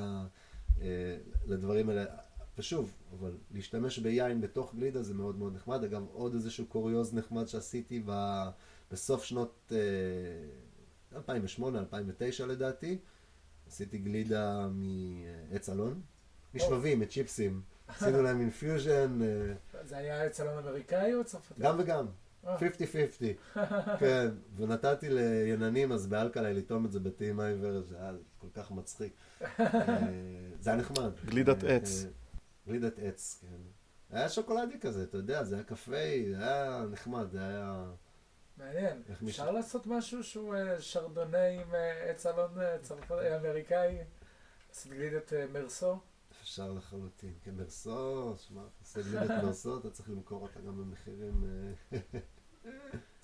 לדברים האלה. ושוב, אבל להשתמש ביין בתוך גלידה זה מאוד מאוד נחמד. אגב, עוד איזשהו קוריוז נחמד שעשיתי בסוף שנות 2008-2009 לדעתי. עשיתי גלידה מעץ אלון, משבבים, מצ'יפסים. עשינו להם אינפיוז'ן. זה היה עץ אלון אמריקאי או צרפתי? גם וגם. 50-50. כן, ונתתי ליננים אז באלקלי לטעום את זה בטעימה עיוורת, זה היה כל כך מצחיק. זה היה נחמד. גלידת עץ. גלידת עץ, כן. היה שוקולדי כזה, אתה יודע, זה היה קפה, זה היה נחמד, זה היה... מעניין. אפשר לעשות משהו שהוא שרדוני עם עץ אלון צרפתי אמריקאי? לעשות גלידת מרסו? אפשר לחלוטין. כן, מרסו, שמע, עושה גלידת מרסו, אתה צריך למכור אותה גם במחירים...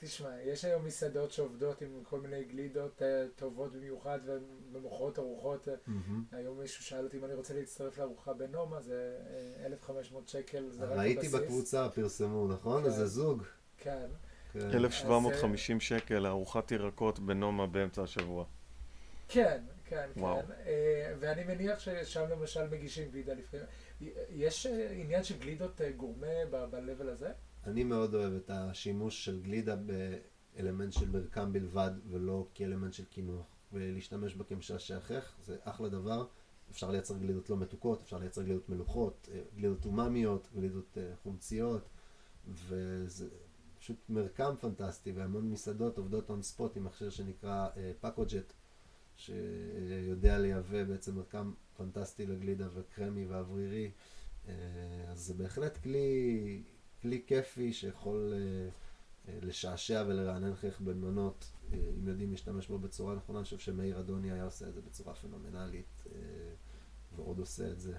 תשמע, יש היום מסעדות שעובדות עם כל מיני גלידות טובות במיוחד וממוכרות ארוחות. היום מישהו שאל אותי אם אני רוצה להצטרף לארוחה בנומה, זה 1,500 שקל, זה רק הבסיס. ראיתי בקבוצה, פרסמו, נכון? זה זוג. כן. 1,750 שקל לארוחת ירקות בנומה באמצע השבוע. כן, כן, כן. ואני מניח ששם למשל מגישים גלידה לפעמים. יש עניין של גלידות גורמה ב-level הזה? אני מאוד אוהב את השימוש של גלידה באלמנט של מרקם בלבד ולא כאלמנט של קינוח. ולהשתמש בה כמשעשע, זה אחלה דבר. אפשר לייצר גלידות לא מתוקות, אפשר לייצר גלידות מלוכות, גלידות אוממיות, גלידות חומציות, וזה פשוט מרקם פנטסטי, והמון מסעדות עובדות on spot עם מכשיר שנקרא פאקוג'ט, שיודע לייבא בעצם מרקם פנטסטי לגלידה וקרמי ואוורירי. אז זה בהחלט כלי כיפי שיכול לשעשע ולרענן חייך במנות, אם יודעים להשתמש בו בצורה נכונה. אני חושב שמאיר אדוני היה עושה את זה בצורה פנומנלית, ועוד עושה את זה.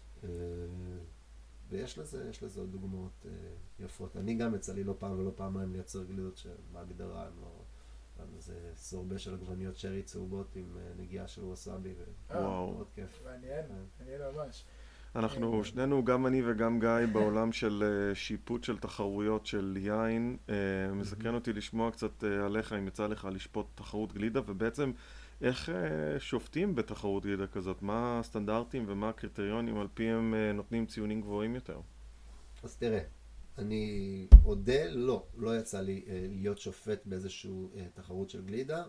ויש לזה עוד דוגמאות יפות. אני גם יצא לי לא פעם ולא פעמיים לייצר גלידות שבהגדרה הם לא... זה סורבה של עגבניות שרי צהובות עם נגיעה של ווסאבי, ומאוד כיף. מעניין ממש. אנחנו שנינו, גם אני וגם גיא, בעולם של שיפוט של תחרויות של יין. מסקרן אותי לשמוע קצת עליך, אם יצא לך לשפוט תחרות גלידה, ובעצם איך שופטים בתחרות גלידה כזאת? מה הסטנדרטים ומה הקריטריונים על פי הם נותנים ציונים גבוהים יותר? אז תראה, אני אודה, לא יצא לי להיות שופט באיזשהו תחרות של גלידה,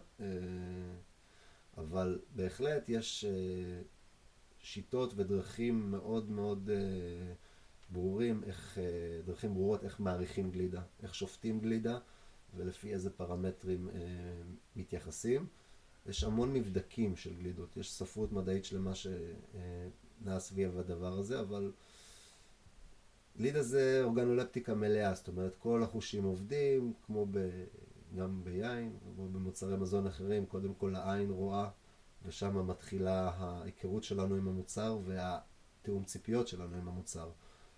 אבל בהחלט יש שיטות ודרכים מאוד מאוד דרכים ברורות איך מעריכים גלידה, איך שופטים גלידה ולפי איזה פרמטרים מתייחסים. יש המון מבדקים של גלידות, יש ספרות מדעית שלמה שנעה סביב הדבר הזה, אבל גלידה זה אורגנולפטיקה מלאה, זאת אומרת כל החושים עובדים, כמו גם ביין, כמו במוצרי מזון אחרים. קודם כל העין רואה, ושם מתחילה ההיכרות שלנו עם המוצר והתאום ציפיות שלנו עם המוצר.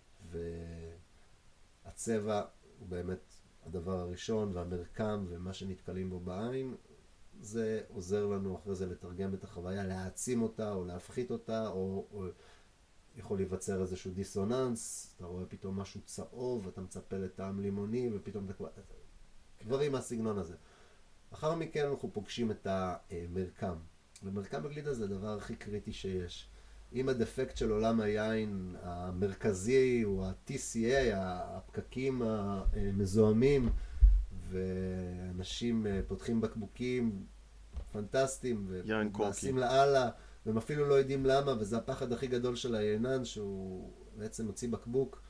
והצבע הוא באמת הדבר הראשון, והמרקם ומה שנתקלים בו בעין, זה עוזר לנו אחרי זה לתרגם את החוויה, להעצים אותה או להפחית אותה, או יכול להיווצר איזשהו דיסוננס. אתה רואה פתאום משהו צהוב, אתה מצפה לטעם לימוני, ופתאום דברים מהסגנון הזה. אחר מכן אנחנו פוגשים את המרקם. ומרקם בגלידה זה הדבר הכי קריטי שיש. אם הדפקט של עולם היין המרכזי הוא ה-TCA, הפקקים המזוהמים, ואנשים פותחים בקבוקים פנטסטיים ומעשים לאללה, והם אפילו לא יודעים למה, וזה הפחד הכי גדול של היינן, שהוא בעצם מוציא בקבוק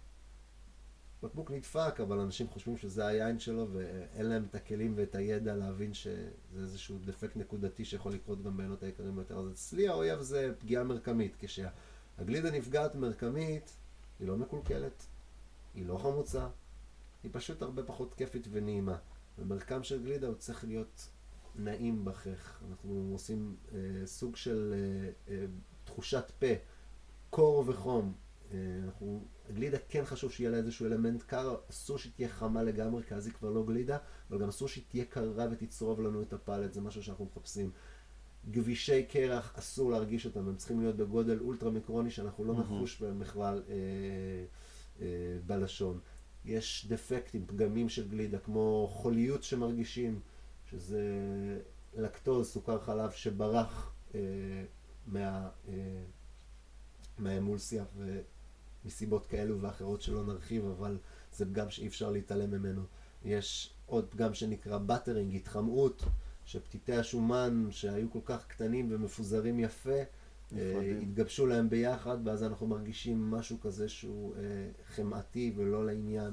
נדפק, אבל אנשים חושבים שזה היין שלו, ואין להם את הכלים ואת הידע להבין שזה איזשהו דפקט נקודתי שיכול לקרות גם בעינות היקרים ביותר. אז אצלי האויב זה פגיעה מרקמית. כשהגלידה נפגעת מרקמית, היא לא מקולקלת, היא לא חמוצה, היא פשוט הרבה פחות כיפית ונעימה. ומרקם של גלידה הוא צריך להיות נעים בחך. אנחנו עושים סוג של תחושת פה, קור וחום. הגלידה כן חשוב שיהיה לה איזשהו אלמנט קר, אסור שתהיה חמה לגמרי, כי אז היא כבר לא גלידה, אבל גם אסור שתהיה קרה ותצרוב לנו את הפלט, זה משהו שאנחנו מחפשים. גבישי קרח, אסור להרגיש אותם, הם צריכים להיות בגודל אולטרה מיקרוני, שאנחנו לא נחוש בהם בכלל בלשון. יש דפקטים, פגמים של גלידה, כמו חוליות שמרגישים, שזה לקטוז, סוכר חלב שברח מהאמולסיה ומסיבות כאלו ואחרות שלא נרחיב, אבל זה פגם שאי אפשר להתעלם ממנו. יש עוד פגם שנקרא בטרינג, התחמאות, שפתיתי השומן שהיו כל כך קטנים ומפוזרים יפה, התגבשו להם ביחד, ואז אנחנו מרגישים משהו כזה שהוא חמאתי ולא לעניין.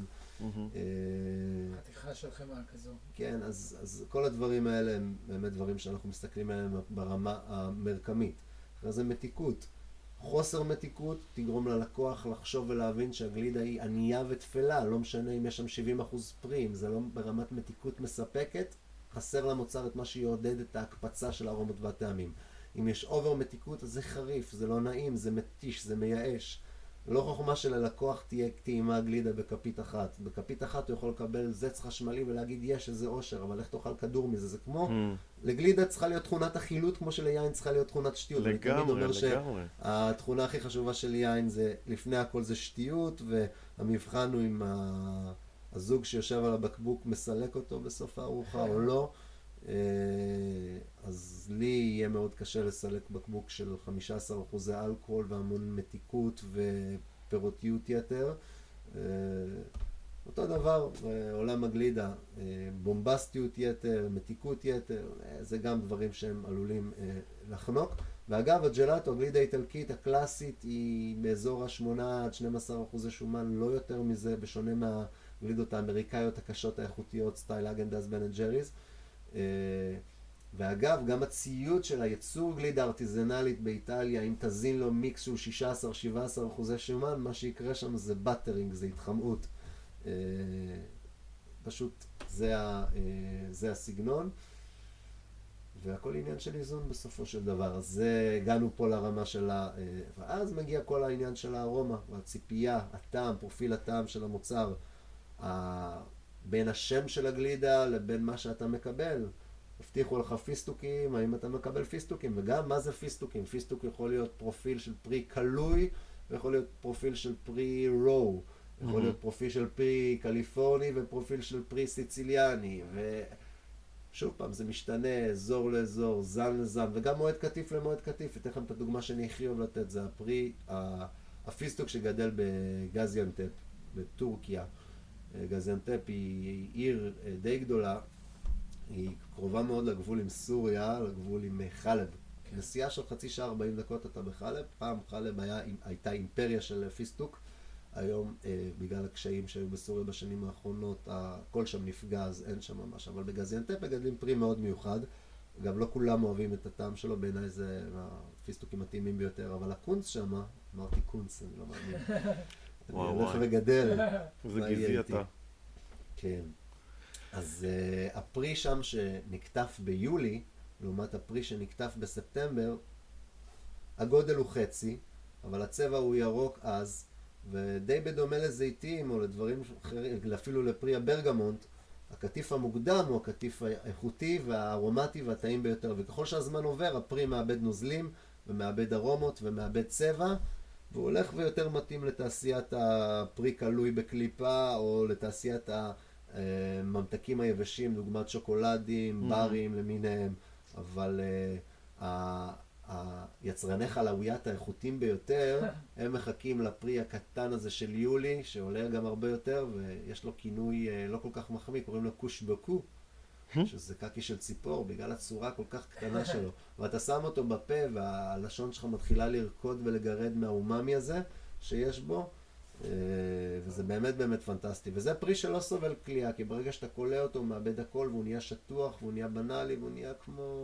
חתיכה של חמאה כזו. כן, אז כל הדברים האלה הם באמת דברים שאנחנו מסתכלים עליהם ברמה המרקמית. אחרי זה מתיקות. חוסר מתיקות תגרום ללקוח לחשוב ולהבין שהגלידה היא ענייה ותפלה, לא משנה אם יש שם 70% פרי, אם זה לא ברמת מתיקות מספקת, חסר למוצר את מה שיעודד את ההקפצה של הארומות והטעמים. אם יש אובר מתיקות, אז זה חריף, זה לא נעים, זה מתיש, זה מייאש. לא חוכמה שללקוח תהיה טעימה גלידה בכפית אחת. בכפית אחת הוא יכול לקבל זץ חשמלי ולהגיד יש איזה אושר, אבל איך תאכל כדור מזה? זה כמו, לגלידה צריכה להיות תכונת אחילות כמו שליין צריכה להיות תכונת שטיות. לגמרי. שהתכונה הכי חשובה של יין זה, לפני הכל זה שטיות, והמבחן הוא אם הזוג שיושב על הבקבוק מסלק אותו בסוף הארוחה או לא. אז לי יהיה מאוד קשה לסלק בקבוק של 15% אלכוהול והמון מתיקות ופירותיות יתר. אותו דבר עולם הגלידה, בומבסטיות יתר, מתיקות יתר, זה גם דברים שהם עלולים לחנוק. ואגב, הג'לאטו, הגלידה האיטלקית הקלאסית היא באזור ה8-12% שומן, לא יותר מזה, בשונה מהגלידות האמריקאיות הקשות האיכותיות, סטייל אגנדז בן אנד ג'ריז. ואגב, גם הציוד של הייצור גלידה ארטיזנלית באיטליה, אם תזין לו מיקס שהוא 16-17% שומן, מה שיקרה שם זה בטרינג, זה התחמאות. פשוט זה הסגנון, והכל עניין של איזון בסופו של דבר. אז הגענו פה לרמה של ואז מגיע כל העניין של הארומה, הציפייה, הטעם, פרופיל הטעם של המוצר, בין השם של הגלידה לבין מה שאתה מקבל. הבטיחו לך פיסטוקים, האם אתה מקבל פיסטוקים? וגם מה זה פיסטוקים? פיסטוק יכול להיות פרופיל של פרי קלוי, ויכול להיות פרופיל של פרי רו, יכול להיות פרופיל של פרי קליפורני ופרופיל של פרי סיציליאני, ושוב פעם, זה משתנה אזור לאזור, זן לזן, וגם מועד קטיף למועד קטיף. אתן לכם את הדוגמה שאני הכי אוהב לתת, זה הפיסטוק שגדל בגזיאנטפ, בטורקיה. גזיאנטפ היא עיר די גדולה, היא קרובה מאוד לגבול עם סוריה, לגבול עם חלב. נסיעה של חצי שעה 40 דקות אתה בחלב. פעם חלב הייתה אימפריה של פיסטוק. היום, בגלל הקשיים שהיו בסוריה בשנים האחרונות, הכל שם נפגע, אז אין שם ממש. אבל בגזיאנטפ מגדלים פרי מאוד מיוחד. גם לא כולם אוהבים את הטעם שלו, בעיניי זה הפיסטוקים מתאימים ביותר. אבל הקונץ שם, אמרתי קונץ, אני לא מאמין. אני הולך וגדל. זה גזעי אתה. כן. אז הפרי שם שנקטף ביולי, לעומת הפרי שנקטף בספטמבר, הגודל הוא חצי, אבל הצבע הוא ירוק אז, ודי בדומה לזיתים או לדברים אחרים, אפילו לפרי הברגמונט, הקטיף המוקדם הוא הקטיף האיכותי והארומטי והטעים ביותר, וככל שהזמן עובר הפרי מאבד נוזלים ומאבד ארומות ומאבד צבע, והוא הולך ויותר מתאים לתעשיית הפרי קלוי בקליפה או לתעשיית ממתקים היבשים, דוגמת שוקולדים, ברים למיניהם, אבל היצרני חלאויית האיכותיים ביותר, הם מחכים לפרי הקטן הזה של יולי, שעולה גם הרבה יותר, ויש לו כינוי לא כל כך מחמיא, קוראים לו קושבקו, שזה קקי של ציפור, בגלל הצורה כל כך קטנה שלו. ואתה שם אותו בפה, והלשון שלך מתחילה לרקוד ולגרד מהאוממי הזה שיש בו, וזה באמת באמת פנטסטי. וזה פרי שלא סובל קליעה, כי ברגע שאתה קולע אותו הוא מאבד הכל, והוא נהיה שטוח, והוא נהיה בנאלי, והוא נהיה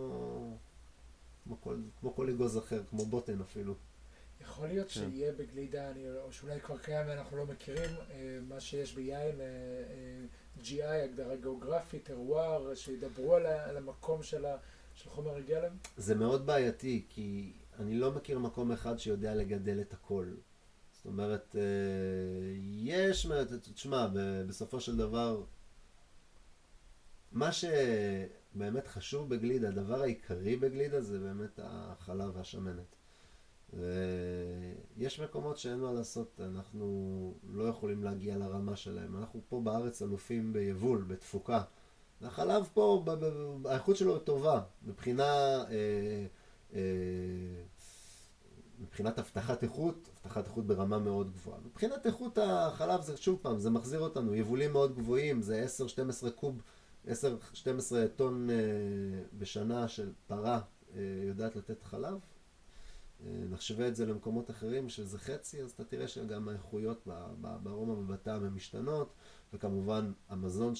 כמו כל אגוז אחר, כמו בוטן אפילו. יכול להיות שיהיה בגלידה, או שאולי כבר קיים ואנחנו לא מכירים, מה שיש ביין, GI, הגדרה גיאוגרפית, טרואר, שידברו על המקום של חומר הגלם? זה מאוד בעייתי, כי אני לא מכיר מקום אחד שיודע לגדל את הכל. זאת אומרת, תשמע, בסופו של דבר, מה שבאמת חשוב בגלידה, הדבר העיקרי בגלידה זה באמת החלב והשמנת. ויש מקומות שאין מה לעשות, אנחנו לא יכולים להגיע לרמה שלהם. אנחנו פה בארץ אלופים ביבול, בתפוקה. החלב פה, האיכות שלו טובה, מבחינת הבטחת איכות ברמה מאוד גבוהה. מבחינת איכות החלב זה שוב פעם, זה מחזיר אותנו, יבולים מאוד גבוהים, זה 10-12 קוב, 10-12 טון בשנה של פרה יודעת לתת חלב. נחשווה את זה למקומות אחרים שזה חצי, אז אתה תראה שגם האיכויות בארומה ובטעם הן משתנות, וכמובן המזון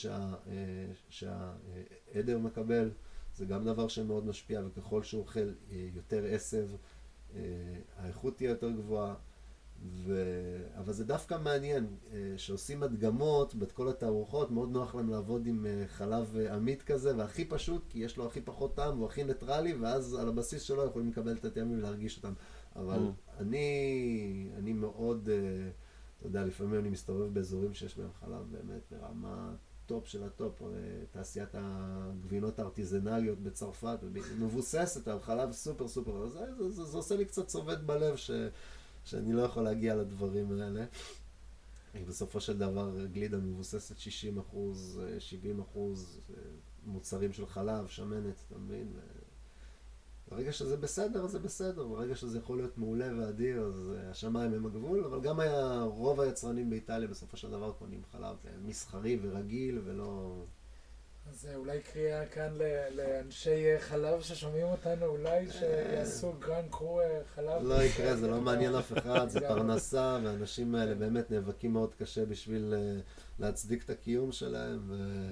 שהעדר מקבל, זה גם דבר שמאוד משפיע, וככל שהוא אוכל יותר עשב, האיכות תהיה יותר גבוהה, אבל זה דווקא מעניין, שעושים הדגמות בכל התערוכות, מאוד נוח להם לעבוד עם חלב עמית כזה, והכי פשוט, כי יש לו הכי פחות טעם, הוא הכי ניטרלי, ואז על הבסיס שלו יכולים לקבל את הטעמים ולהרגיש אותם. אבל אני מאוד, אתה יודע, לפעמים אני מסתובב באזורים שיש בהם חלב באמת ברמה טופ של הטופ, תעשיית הגבינות הארטיזנליות בצרפת, מבוססת על חלב סופר סופר, זה עושה לי קצת צובט בלב שאני לא יכול להגיע לדברים האלה. בסופו של דבר גלידה מבוססת 60%, 70% מוצרים של חלב, שמנת, אתה מבין? ברגע שזה בסדר, אז זה בסדר. ברגע שזה יכול להיות מעולה ואדיר, אז השמיים הם הגבול, אבל גם רוב היצרנים באיטליה בסופו של דבר קונים חלב מסחרי ורגיל ולא... אז אולי קריאה כאן לאנשי חלב ששומעים אותנו, אולי שיעשו גרנד קרו חלב. לא יקרה, זה לא מעניין אף אחד, זה פרנסה, והאנשים האלה באמת נאבקים מאוד קשה בשביל להצדיק את הקיום שלהם.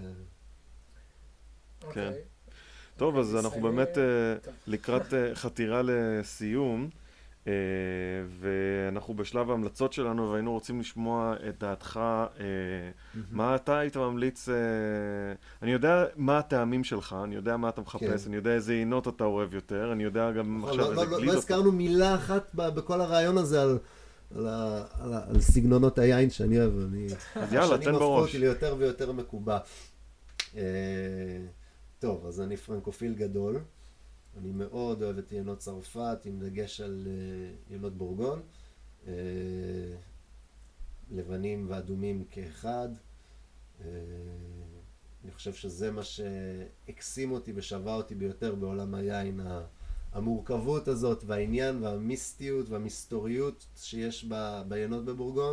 כן. טוב, אז אנחנו באמת לקראת חתירה לסיום, ואנחנו בשלב ההמלצות שלנו, והיינו רוצים לשמוע את דעתך, מה אתה היית ממליץ, אני יודע מה הטעמים שלך, אני יודע מה אתה מחפש, אני יודע איזה עינות אתה אוהב יותר, אני יודע גם עכשיו איזה גלידות. לא הזכרנו מילה אחת בכל הרעיון הזה על סגנונות היין שאני אוהב, אז יאללה, תן בראש. השנים הפכו אותי ליותר ויותר מקובע. טוב, אז אני פרנקופיל גדול, אני מאוד אוהב את יינות צרפת, עם דגש על יינות בורגון, לבנים ואדומים כאחד. אני חושב שזה מה שהקסים אותי ושווה אותי ביותר בעולם היין, המורכבות הזאת והעניין והמיסטיות והמסתוריות שיש ביינות בבורגון.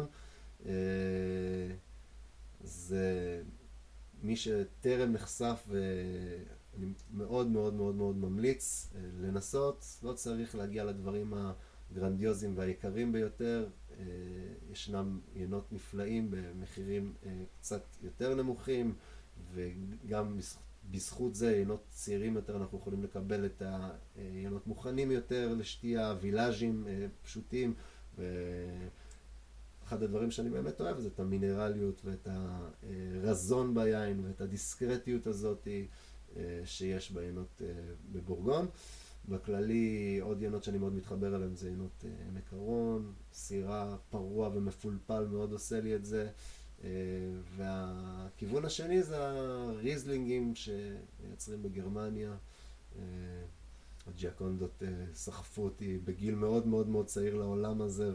זה... מי שטרם נחשף, ואני מאוד מאוד מאוד מאוד ממליץ לנסות, לא צריך להגיע לדברים הגרנדיוזיים והיקרים ביותר, ישנם יינות נפלאים במחירים קצת יותר נמוכים, וגם בזכות זה יינות צעירים יותר אנחנו יכולים לקבל את היינות מוכנים יותר לשתייה, וילאז'ים פשוטים, אחד הדברים שאני באמת אוהב זה את המינרליות ואת הרזון ביין ואת הדיסקרטיות הזאת שיש ביינות בבורגון. בכללי עוד יינות שאני מאוד מתחבר אליהם זה יינות עמק הרון, סירה פרוע ומפולפל מאוד עושה לי את זה. והכיוון השני זה הריזלינגים שמייצרים בגרמניה. הג'יאקונדות סחפו אותי בגיל מאוד מאוד מאוד צעיר לעולם הזה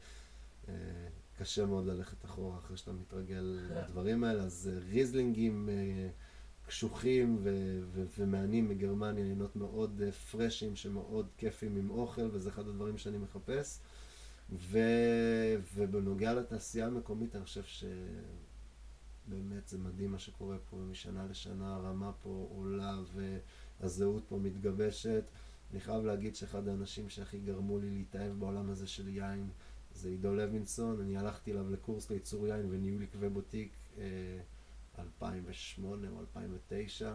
קשה מאוד ללכת אחורה אחרי שאתה מתרגל לדברים האלה, אז ריזלינגים קשוחים ומענים מגרמניה, יינות מאוד פרשים שמאוד כיפים עם אוכל, וזה אחד הדברים שאני מחפש. ובנוגע לתעשייה המקומית אני חושב שבאמת זה מדהים מה שקורה פה משנה לשנה, הרמה פה עולה והזהות פה מתגבשת. אני חייב להגיד שאחד האנשים שהכי גרמו לי להתאהב בעולם הזה של יין זה עידו לוינסון. אני הלכתי אליו לקורס לייצור יין וניהול עקבי בוטיק 2008 או 2009,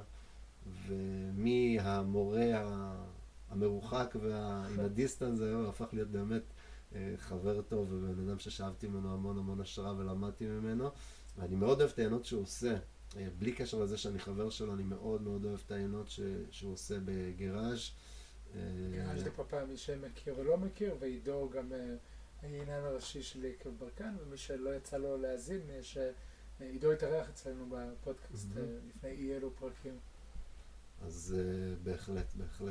ומהמורה המרוחק עם הדיסטנס הוא הפך להיות באמת חבר טוב ובן אדם ששאבתי ממנו המון המון השראה ולמדתי ממנו, ואני מאוד אוהב את העיינות שהוא עושה. בלי קשר לזה שאני חבר שלו, אני מאוד מאוד אוהב את העיינות שהוא עושה בגראז'. גראז' לפפה, מי שמכיר ולא מכיר, ועידו גם העניין הראשי שלי כברקן, ומי שלא יצא לו להאזין, עידו התארח אצלנו בפודקאסט לפני אי אלו פרקים. אז בהחלט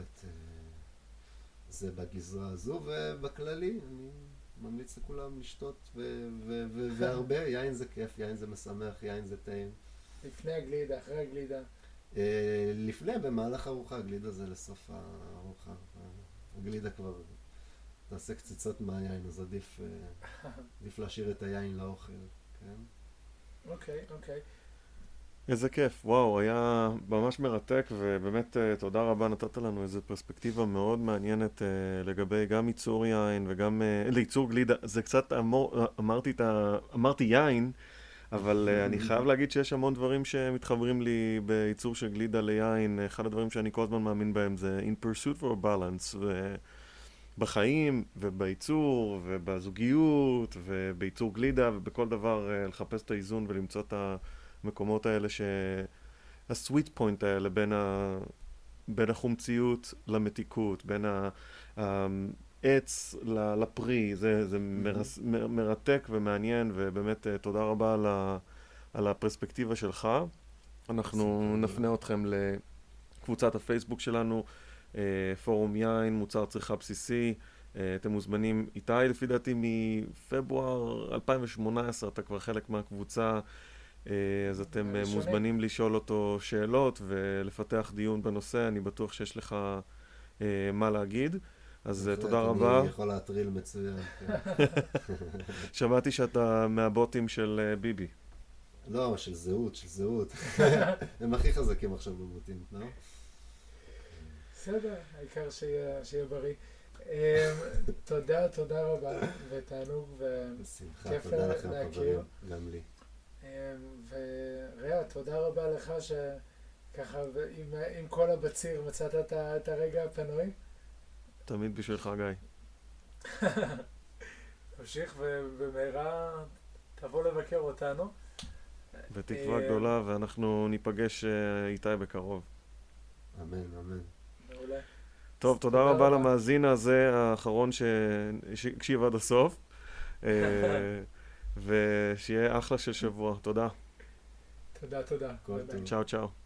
זה בגזרה הזו, ובכללי אני ממליץ לכולם לשתות והרבה. יין זה כיף, יין זה משמח, יין זה טעים. לפני הגלידה, אחרי הגלידה? לפני, במהלך ארוחה, הגלידה זה לסוף הארוחה. הגלידה כבר תעשה קציצות מהיין, אז עדיף להשאיר את היין לאוכל, כן? אוקיי. איזה כיף, וואו, היה ממש מרתק, ובאמת תודה רבה, נתת לנו איזו פרספקטיבה מאוד מעניינת לגבי גם ייצור יין וגם לייצור גלידה. זה קצת, אמרתי יין, אבל אני חייב להגיד שיש המון דברים שמתחברים לי בייצור של גלידה ליין. אחד הדברים שאני כל הזמן מאמין בהם זה in pursuit for balance, ובחיים ובייצור ובזוגיות ובייצור גלידה ובכל דבר לחפש את האיזון ולמצוא את המקומות האלה הסוויט פוינט האלה בין החומציות למתיקות, בין עץ לפרי, זה מרתק ומעניין, ובאמת תודה רבה על הפרספקטיבה שלך. אנחנו נפנה אתכם לקבוצת הפייסבוק שלנו, פורום יין, מוצר צריכה בסיסי. אתם מוזמנים, איתי לפי דעתי מפברואר 2018 אתה כבר חלק מהקבוצה, אז אתם מוזמנים לשאול אותו שאלות ולפתח דיון בנושא, אני בטוח שיש לך מה להגיד. אז תודה רבה. אני יכול להטריל מצוין. שמעתי שאתה מהבוטים של ביבי. לא, של זהות. הם הכי חזקים עכשיו בבוטים, לא? בסדר, העיקר שיהיה בריא. תודה רבה, ותענוג, וכיף להכיר. גם לי. ורע, תודה רבה לך שככה, עם כל הבציר מצאת את הרגע הפנוי. תמיד בשבילך, גיא. תמשיך, ובמהרה תבוא לבקר אותנו. בתקווה גדולה, ואנחנו ניפגש איתי בקרוב. אמן. מעולה. טוב, תודה רבה למאזין הזה, האחרון שהקשיב עד הסוף, ושיהיה אחלה של שבוע. תודה. תודה. כל טוב. צ'או.